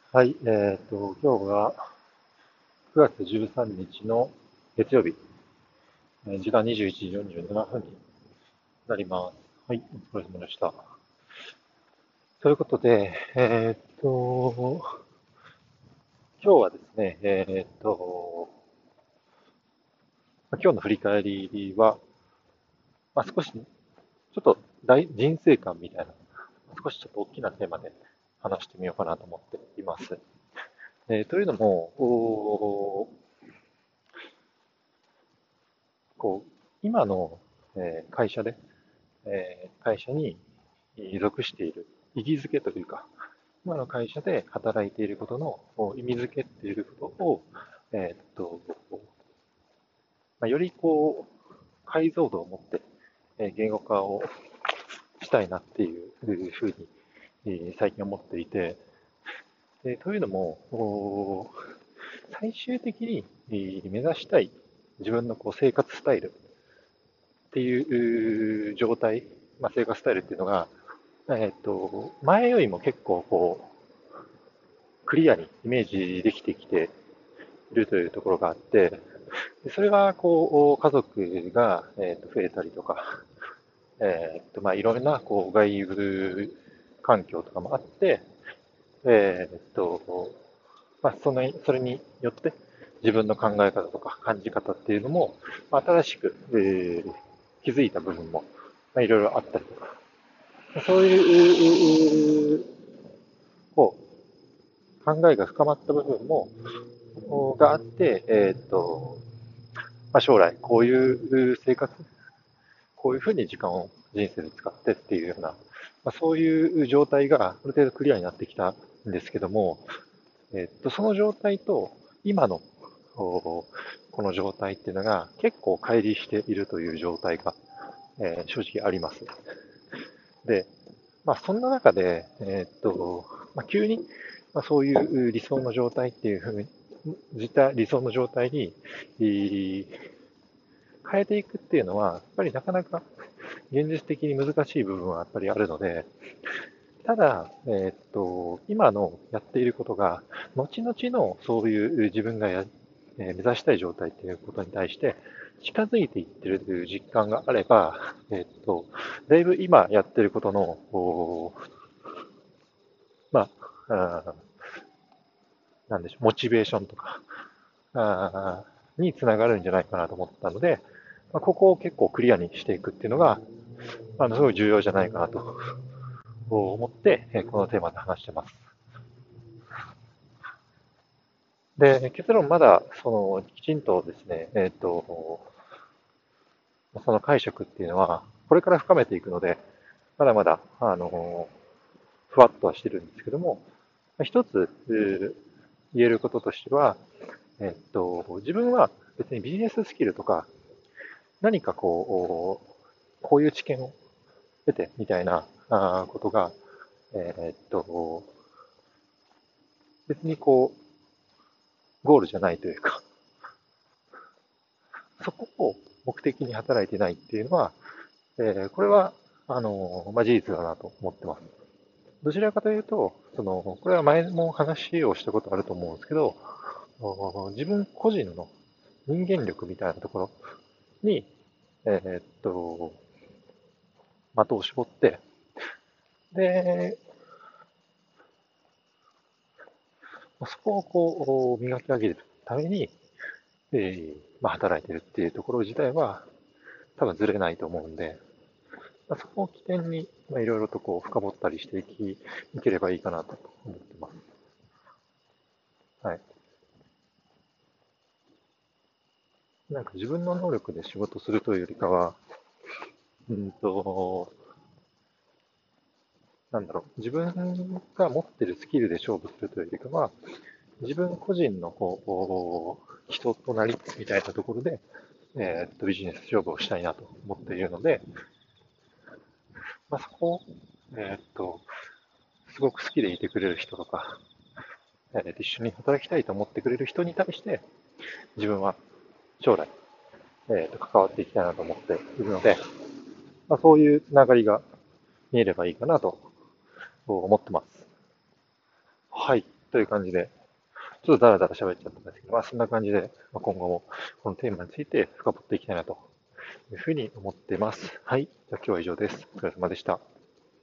はい、今日が9月13日の月曜日、時間21時47分になります。はい、お疲れ様でした。ということで、今日はですね、今日の振り返りは、少し、ちょっと人生観みたいな、少しちょっと大きなテーマで話してみようかなと思っています。というのも、今の、会社で、会社に属している意義づけというか、今の会社で働いていることの意味づけっていうことを、えーっと、より解像度を持って、言語化をしたいなっていうふうに、最近思っていて、というのも、最終的に目指したい自分の生活スタイルっていう状態、生活スタイルっていうのが、前よりも結構クリアにイメージできてきているというところがあって、それが家族が、増えたりとか、いろんな外部環境とかもあって、えーっと、それによって自分の考え方とか感じ方っていうのも、新しく、気づいた部分も、いろいろあったりとか、そういう考えが深まった部分も、があって、将来こういう生活、こういうふうに時間を人生で使ってっていうような、そういう状態がある程度クリアになってきたんですけども、その状態と今のこの状態っていうのが結構乖離しているという状態が、正直あります。で、そんな中で、急に、そういう理想の状態っていうふうに、理想の状態に、変えていくっていうのは、やっぱりなかなか現実的に難しい部分はやっぱりあるので、ただ、今のやっていることが、後々のそういう自分が目指したい状態っていうことに対して近づいていってるという実感があれば、だいぶ今やってることの、まあ、なんでしょう、モチベーションとか、につながるんじゃないかなと思ったので、ここを結構クリアにしていくっていうのが、すごい重要じゃないかなと思って、このテーマで話してます。で、結論まだ、きちんとですね、その解釈っていうのは、これから深めていくので、まだまだ、ふわっとはしてるんですけども、一つ、言えることとしては、自分は別にビジネススキルとか、何かこういう知見を得てみたいなことが、えっと、別にゴールじゃないというか、そこを目的に働いてないっていうのは、これは、事実だなと思ってます。どちらかというと、これは前も話をしたことあると思うんですけど、自分個人の人間力みたいなところに、えーっと、的を絞って、で、そこを磨き上げるために、働いてるっていうところ自体は、多分ずれないと思うんで、そこを起点に、いろいろと深掘ったりしていければいいかなと思ってます。はい。なんか自分の能力で仕事するというよりかは、うんと、自分が持ってるスキルで勝負するというよりかは、自分個人の人となりみたいなところで、ビジネス勝負をしたいなと思っているので、そこを、えーっと、すごく好きでいてくれる人とか、一緒に働きたいと思ってくれる人に対して、自分は将来、関わっていきたいなと思っているので、そういうつながりが見えればいいかなと思ってます。はい。 という感じで、ちょっとダラダラ喋っちゃったんですけど、そんな感じで、今後もこのテーマについて深掘っていきたいなというふうに思っています。はい。じゃあ今日は以上です。お疲れ様でした。